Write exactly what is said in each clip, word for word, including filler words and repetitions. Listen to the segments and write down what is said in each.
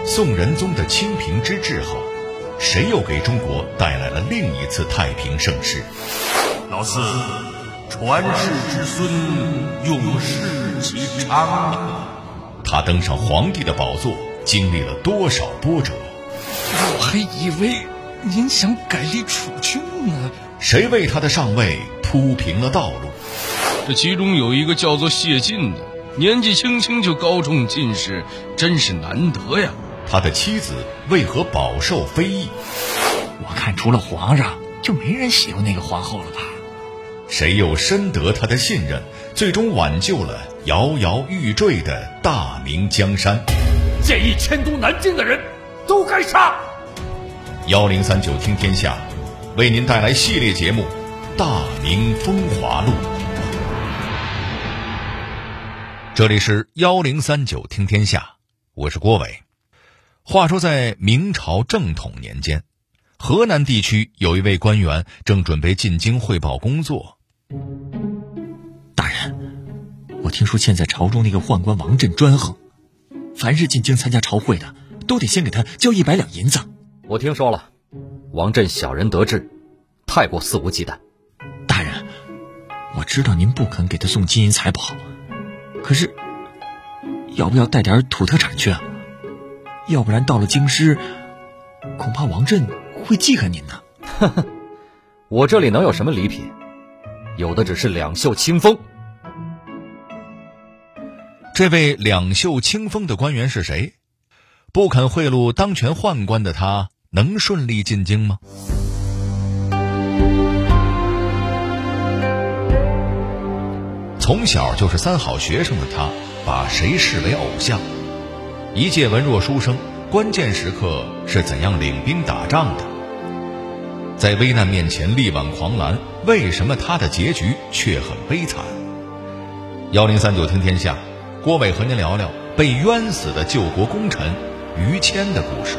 宋仁宗的清平之治后，谁又给中国带来了另一次太平盛世？ 老四，传世之孙，永世其昌。 他登上皇帝的宝座，经历了多少波折？ 我还以为您想改立储君呢。 谁为他的上位铺平了道路？ 这其中有一个叫做谢晋的，年纪轻轻就高中进士，真是难得呀。 他的妻子为何饱受非议？ 我看除了皇上，就没人喜欢那个皇后了吧？ 谁又深得他的信任，最终挽救了摇摇欲坠的大明江山？ 建议迁都南京的人都该杀。 幺零三九听天下为您带来系列节目《大明风华录》。这里是幺零三九听天下，我是郭伟。话说在明朝正统年间，河南地区有一位官员正准备进京汇报工作。 大人，我听说现在朝中那个宦官王振专横，凡是进京参加朝会的，都得先给他交一百两银子。 我听说了，王振小人得志，太过肆无忌惮。 大人，我知道您不肯给他送金银财宝，可是要不要带点土特产去啊？要不然到了京师，恐怕王振会记恨您呢。 呵呵，我这里能有什么礼品？有的只是两袖清风。 这位两袖清风的官员是谁？不肯贿赂当权宦官的他，能顺利进京吗？从小就是三好学生的他，把谁视为偶像？一介文弱书生，关键时刻是怎样领兵打仗的？在危难面前力挽狂澜，为什么他的结局却很悲惨？幺零三九听天下，郭伟和您聊聊被冤死的救国功臣于谦的故事。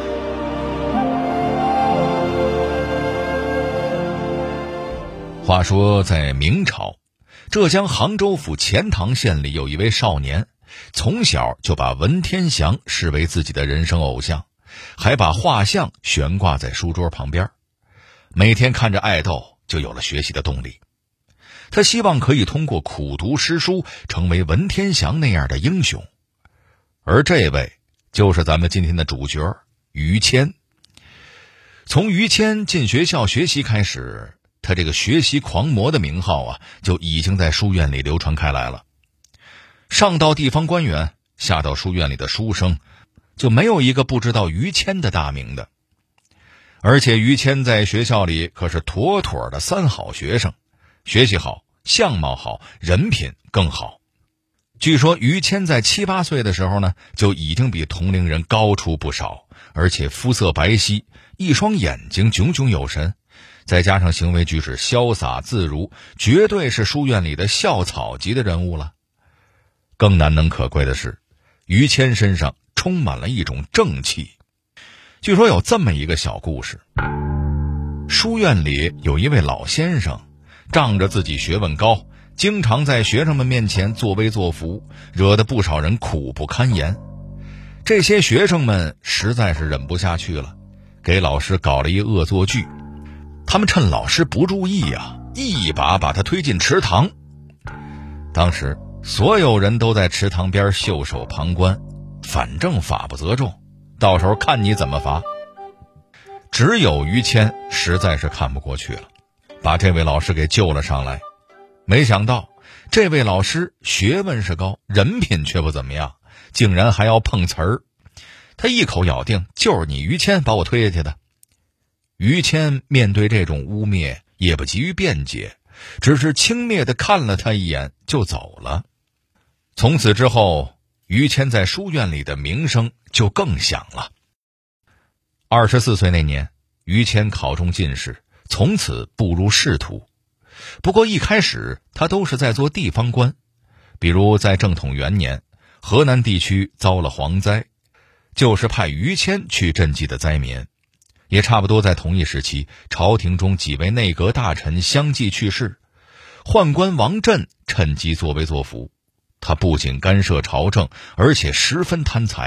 话说在明朝，浙江杭州府钱塘县里有一位少年，从小就把文天祥视为自己的人生偶像，还把画像悬挂在书桌旁边，每天看着爱豆就有了学习的动力。他希望可以通过苦读诗书成为文天祥那样的英雄，而这位就是咱们今天的主角于谦。从于谦进学校学习开始，他这个学习狂魔的名号啊，就已经在书院里流传开来了。上到地方官员，下到书院里的书生，就没有一个不知道于谦的大名的。而且于谦在学校里可是妥妥的三好学生，学习好，相貌好，人品更好。据说于谦在七八岁的时候呢，就已经比同龄人高出不少，而且肤色白皙，一双眼睛炯炯有神，再加上行为举止潇洒自如，绝对是书院里的校草级的人物了。更难能可贵的是，于谦身上充满了一种正气。据说有这么一个小故事，书院里有一位老先生，仗着自己学问高，经常在学生们面前作威作福，惹得不少人苦不堪言。这些学生们实在是忍不下去了，给老师搞了一恶作剧。他们趁老师不注意啊，一把把他推进池塘。当时所有人都在池塘边袖手旁观，反正法不责众，到时候看你怎么罚。只有于谦实在是看不过去了，把这位老师给救了上来。没想到这位老师学问是高，人品却不怎么样，竟然还要碰瓷儿。他一口咬定就是你于谦把我推下去的。于谦面对这种污蔑也不急于辩解，只是轻蔑地看了他一眼就走了。从此之后，于谦在书院里的名声就更响了。二十四岁那年，于谦考中进士，从此步入仕途。不过一开始他都是在做地方官，比如在正统元年，河南地区遭了蝗灾，就是派于谦去赈济的灾民。也差不多在同一时期，朝廷中几位内阁大臣相继去世，宦官王振趁机作威作福。他不仅干涉朝政，而且十分贪财，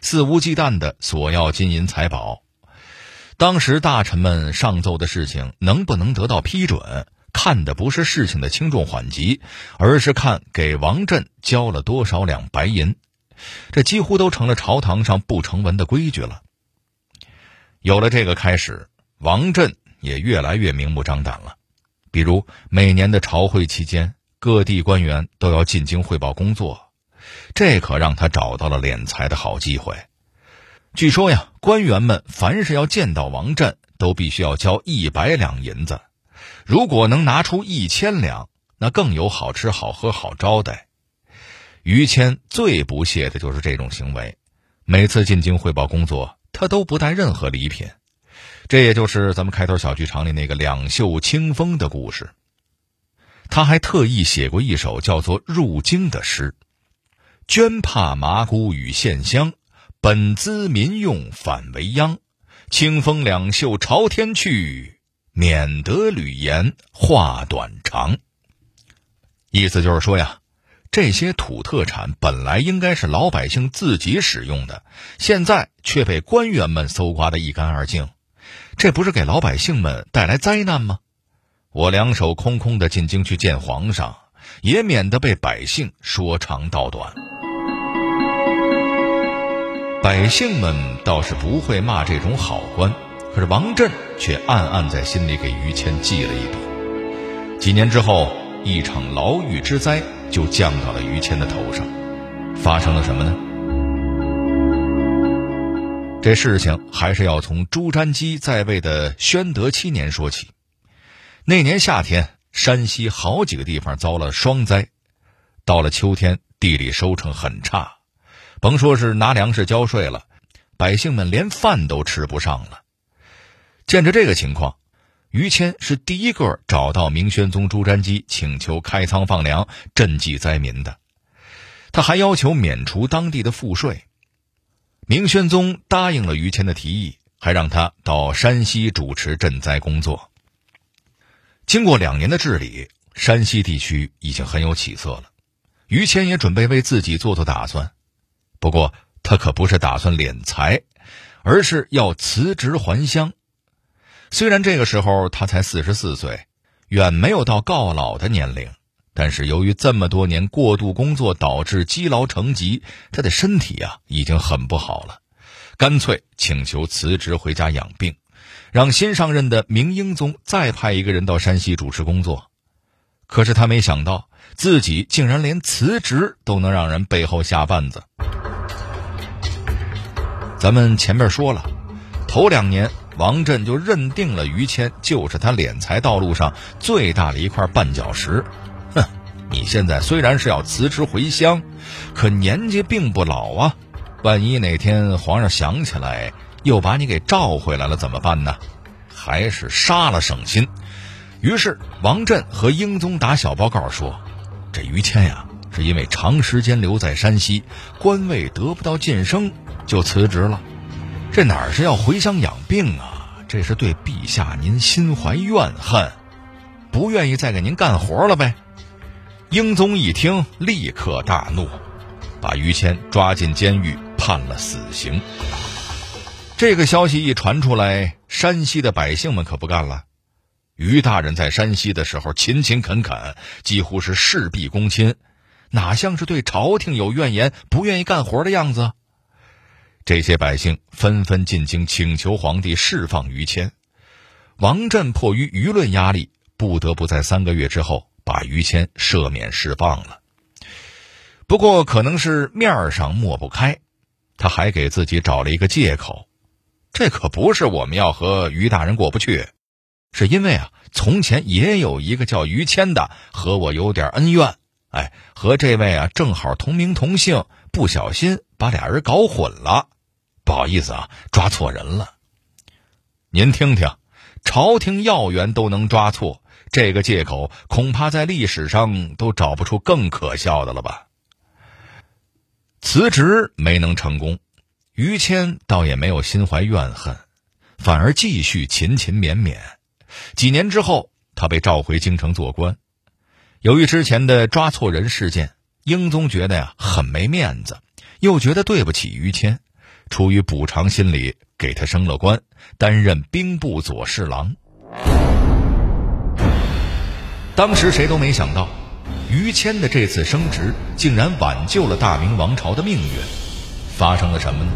肆无忌惮地索要金银财宝。当时大臣们上奏的事情能不能得到批准，看的不是事情的轻重缓急，而是看给王振交了多少两白银。这几乎都成了朝堂上不成文的规矩了。有了这个开始，王振也越来越明目张胆了。比如每年的朝会期间，各地官员都要进京汇报工作，这可让他找到了敛财的好机会。据说呀，官员们凡是要见到王振，都必须要交一百两银子，如果能拿出一千两，那更有好吃好喝好招待。于谦最不屑的就是这种行为，每次进京汇报工作，他都不带任何礼品。这也就是咱们开头小剧场里那个两袖清风的故事。他还特意写过一首叫做《入京》的诗：绢帕麻姑与线香，本资民用反为殃。清风两袖朝天去，免得吕言话短长。意思就是说呀，这些土特产本来应该是老百姓自己使用的，现在却被官员们搜刮得一干二净，这不是给老百姓们带来灾难吗？我两手空空的进京去见皇上，也免得被百姓说长道短。百姓们倒是不会骂这种好官，可是王振却暗暗在心里给于谦记了一笔。几年之后，一场牢狱之灾就降到了于谦的头上。发生了什么呢？这事情还是要从朱瞻基在位的宣德七年说起。那年夏天，山西好几个地方遭了霜灾，到了秋天，地里收成很差，甭说是拿粮食交税了，百姓们连饭都吃不上了。见着这个情况，于谦是第一个找到明宣宗朱瞻基请求开仓放粮赈济灾民的。他还要求免除当地的赋税。明宣宗答应了于谦的提议，还让他到山西主持赈灾工作。经过两年的治理，山西地区已经很有起色了。于谦也准备为自己做做打算，不过他可不是打算敛财，而是要辞职还乡。虽然这个时候他才四十四岁，远没有到告老的年龄，但是由于这么多年过度工作导致积劳成疾，他的身体啊已经很不好了，干脆请求辞职回家养病，让新上任的明英宗再派一个人到山西主持工作。可是他没想到，自己竟然连辞职都能让人背后下绊子。咱们前面说了，头两年王振就认定了于谦就是他敛财道路上最大的一块绊脚石。哼，你现在虽然是要辞职回乡，可年纪并不老啊，万一哪天皇上想起来又把你给召回来了怎么办呢？还是杀了省心。于是王振和英宗打小报告说，这于谦呀是因为长时间留在山西，官位得不到晋升就辞职了。这哪是要回乡养病啊，这是对陛下您心怀怨恨，不愿意再给您干活了呗。英宗一听立刻大怒，把于谦抓进监狱，判了死刑。这个消息一传出来，山西的百姓们可不干了。于大人在山西的时候勤勤恳恳，几乎是事必躬亲，哪像是对朝廷有怨言不愿意干活的样子。这些百姓纷纷进京请求皇帝释放于谦。王振迫于舆论压力，不得不在三个月之后把于谦赦免释放了。不过可能是面上抹不开，他还给自己找了一个借口，这可不是我们要和于大人过不去，是因为啊，从前也有一个叫于谦的和我有点恩怨，哎，和这位啊正好同名同姓，不小心把俩人搞混了，不好意思啊，抓错人了。您听听，朝廷要员都能抓错，这个借口恐怕在历史上都找不出更可笑的了吧。辞职没能成功，于谦倒也没有心怀怨恨，反而继续勤勤勉勉。几年之后，他被召回京城做官。由于之前的抓错人事件，英宗觉得呀很没面子，又觉得对不起于谦， 出于补偿心理，给他升了官，担任兵部左侍郎。当时谁都没想到，于谦的这次升职竟然挽救了大明王朝的命运。发生了什么呢？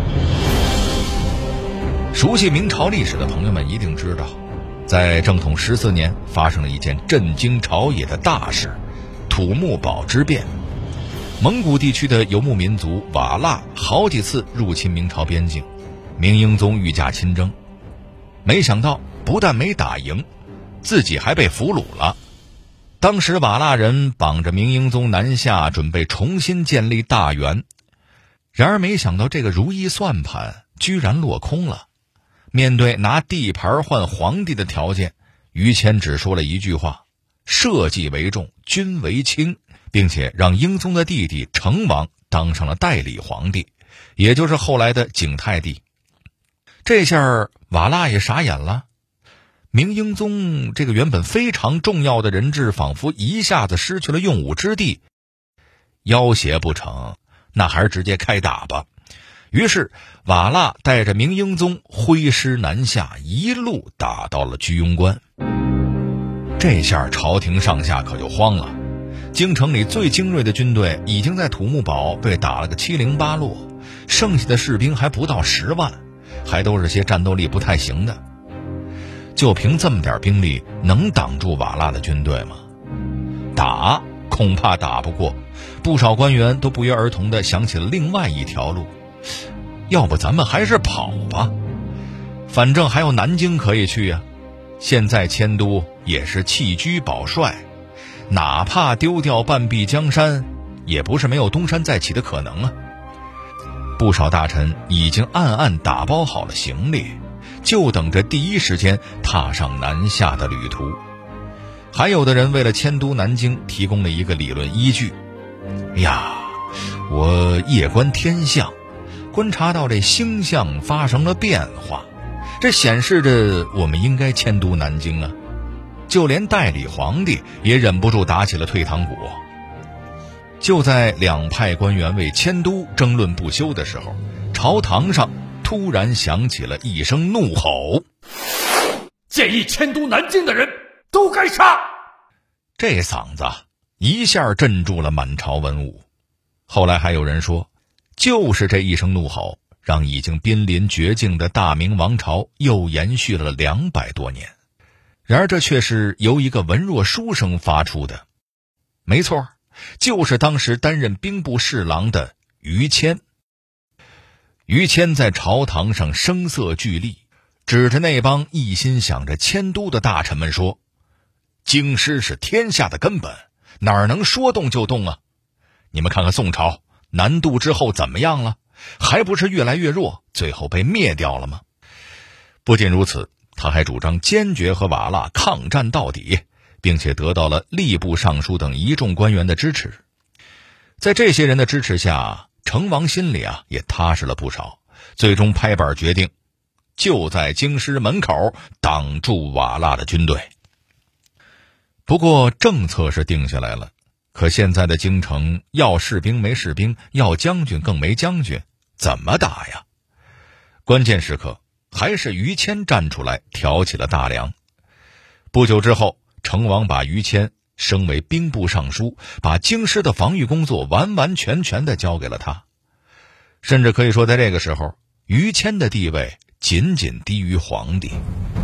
熟悉明朝历史的朋友们一定知道，在正统十四年发生了一件震惊朝野的大事——土木堡之变。蒙古地区的游牧民族瓦剌好几次入侵明朝边境，明英宗御驾亲征，没想到不但没打赢，自己还被俘虏了。当时瓦剌人绑着明英宗南下，准备重新建立大元。然而没想到这个如意算盘居然落空了。面对拿地盘换皇帝的条件，于谦只说了一句话：社稷为重，君为轻，并且让英宗的弟弟成王当上了代理皇帝，也就是后来的景泰帝。这下瓦剌也傻眼了，明英宗这个原本非常重要的人质仿佛一下子失去了用武之地，要挟不成，那还是直接开打吧。于是瓦剌带着明英宗挥师南下，一路打到了居庸关。这下朝廷上下可就慌了，京城里最精锐的军队已经在土木堡被打了个七零八落，剩下的士兵还不到十万，还都是些战斗力不太行的。就凭这么点兵力，能挡住瓦剌的军队吗？打恐怕打不过。不少官员都不约而同地想起了另外一条路，要不咱们还是跑吧，反正还有南京可以去呀、啊。现在迁都也是弃车保帅，哪怕丢掉半壁江山，也不是没有东山再起的可能啊。不少大臣已经暗暗打包好了行李，就等着第一时间踏上南下的旅途。还有的人为了迁都南京提供了一个理论依据，哎呀，我夜观天象，观察到这星象发生了变化，这显示着我们应该迁都南京啊。就连代理皇帝也忍不住打起了退堂鼓。就在两派官员为迁都争论不休的时候，朝堂上突然响起了一声怒吼： 建议迁都南京的人都该杀！ 这嗓子一下镇住了满朝文武。后来还有人说，就是这一声怒吼，让已经濒临绝境的大明王朝又延续了两百多年。然而这却是由一个文弱书生发出的。没错，就是当时担任兵部侍郎的于谦。于谦在朝堂上声色俱厉，指着那帮一心想着迁都的大臣们说：京师是天下的根本，哪能说动就动啊？你们看看宋朝南渡之后怎么样了？还不是越来越弱，最后被灭掉了吗？不仅如此，他还主张坚决和瓦剌抗战到底，并且得到了吏部尚书等一众官员的支持。在这些人的支持下，成王心里啊也踏实了不少，最终拍板决定就在京师门口挡住瓦剌的军队。不过政策是定下来了，可现在的京城要士兵没士兵，要将军更没将军，怎么打呀？关键时刻还是于谦站出来挑起了大梁。不久之后，成王把于谦升为兵部尚书，把京师的防御工作完完全全地交给了他。甚至可以说，在这个时候，于谦的地位仅仅低于皇帝。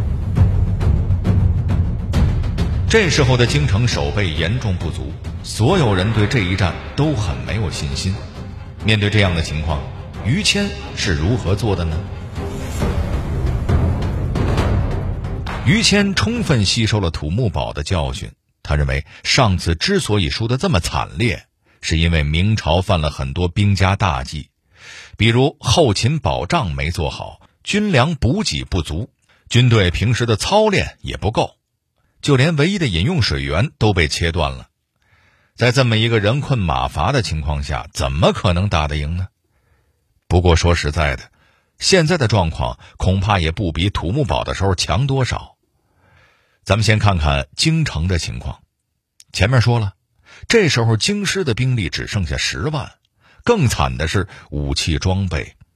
这时候的京城守备严重不足，所有人对这一战都很没有信心。面对这样的情况，于谦是如何做的呢？于谦充分吸收了土木堡的教训，他认为上次之所以输得这么惨烈，是因为明朝犯了很多兵家大忌，比如后勤保障没做好，军粮补给不足，军队平时的操练也不够，就连唯一的饮用水源都被切断了。在这么一个人困马乏的情况下，怎么可能打得赢呢？不过说实在的，现在的状况恐怕也不比土木堡的时候强多少。咱们先看看京城的情况。前面说了，这时候京师的兵力只剩下十万，更惨的是武器装备。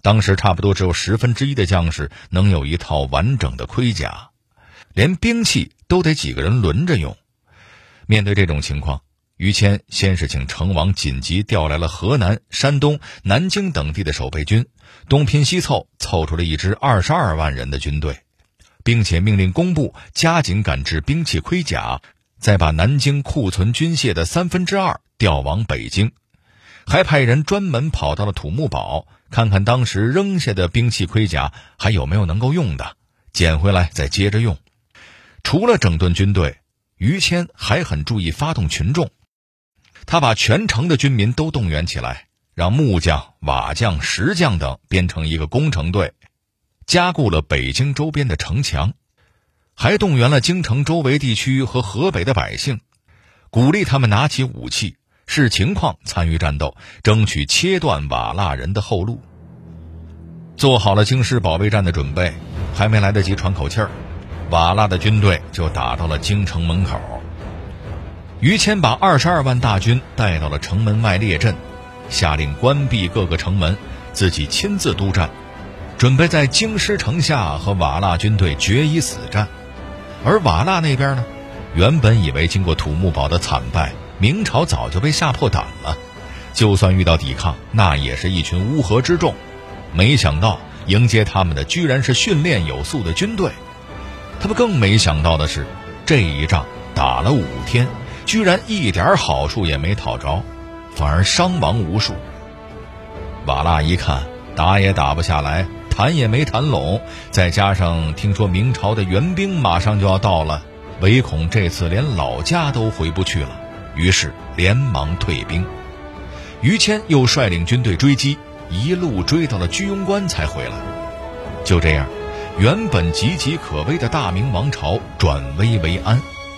当时差不多只有十分之一的将士能有一套完整的盔甲，连兵器都得几个人轮着用。面对这种情况，于谦先是请成王紧急调来了河南、山东、南京等地的守备军，东拼西凑凑出了一支二十二万人的军队，并且命令工部加紧赶制兵器盔甲，再把南京库存军械的三分之二调往北京，还派人专门跑到了土木堡，看看当时扔下的兵器盔甲还有没有能够用的，捡回来再接着用。除了整顿军队，于谦还很注意发动群众，他把全城的军民都动员起来，让木匠、瓦匠、石匠等编成一个工程队，加固了北京周边的城墙，还动员了京城周围地区和河北的百姓，鼓励他们拿起武器，视情况参与战斗，争取切断瓦剌人的后路。做好了京师保卫战的准备，还没来得及喘口气儿，瓦剌的军队就打到了京城门口。于谦把二十二万大军带到了城门外列阵，下令关闭各个城门，自己亲自督战，准备在京师城下和瓦剌军队决一死战。而瓦剌那边呢，原本以为经过土木堡的惨败，明朝早就被吓破胆了，就算遇到抵抗，那也是一群乌合之众。没想到迎接他们的居然是训练有素的军队。他们更没想到的是，这一仗打了五天，居然一点好处也没讨着，反而伤亡无数。瓦剌一看打也打不下来，谈也没谈拢，再加上听说明朝的援兵马上就要到了，唯恐这次连老家都回不去了，于是连忙退兵。于谦又率领军队追击，一路追到了居庸关才回来。就这样，原本岌岌可危的大明王朝转危为安。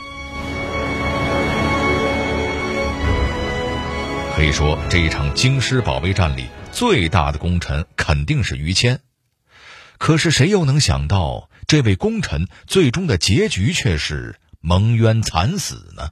可以说，这一场京师保卫战里最大的功臣肯定是于谦。可是谁又能想到，这位功臣最终的结局却是蒙冤惨死呢？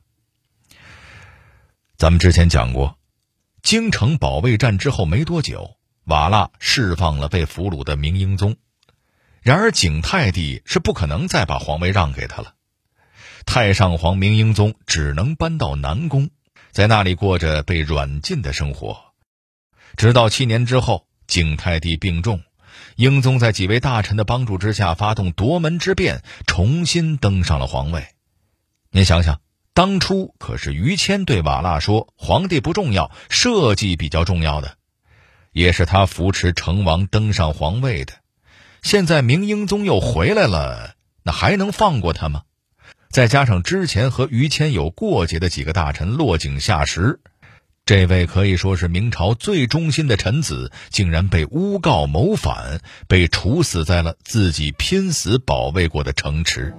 咱们之前讲过，京城保卫战之后没多久，瓦剌释放了被俘虏的明英宗。然而景泰帝是不可能再把皇位让给他了，太上皇明英宗只能搬到南宫，在那里过着被软禁的生活。直到七年之后，景泰帝病重，英宗在几位大臣的帮助之下发动夺门之变，重新登上了皇位。您想想，当初可是于谦对瓦剌说皇帝不重要，社稷比较重要的，也是他扶持成王登上皇位的。现在明英宗又回来了，那还能放过他吗？再加上之前和于谦有过节的几个大臣落井下石，这位可以说是明朝最忠心的臣子，竟然被诬告谋反，被处死在了自己拼死保卫过的城池。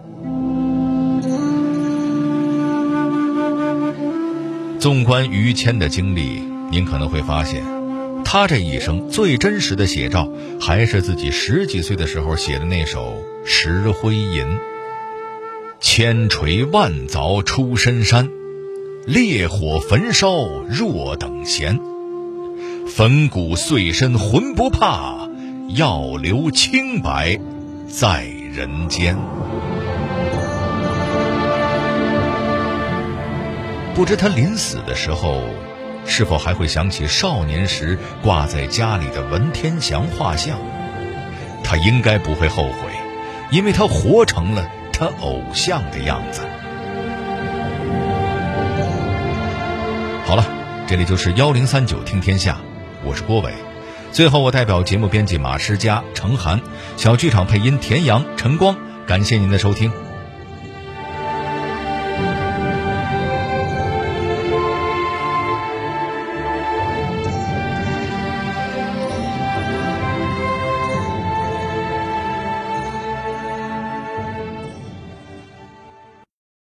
纵观于谦的经历，您可能会发现，他这一生最真实的写照，还是自己十几岁的时候写的那首《石灰吟》。千锤万凿出深山，烈火焚烧若等闲。粉骨碎身浑不怕，要留清白在人间。不知他临死的时候，是否还会想起少年时挂在家里的文天祥画像？他应该不会后悔，因为他活成了他偶像的样子。好了，这里就是一零三九听天下，我是郭伟。最后，我代表节目编辑马诗佳、程涵，小剧场配音田阳、陈光，感谢您的收听。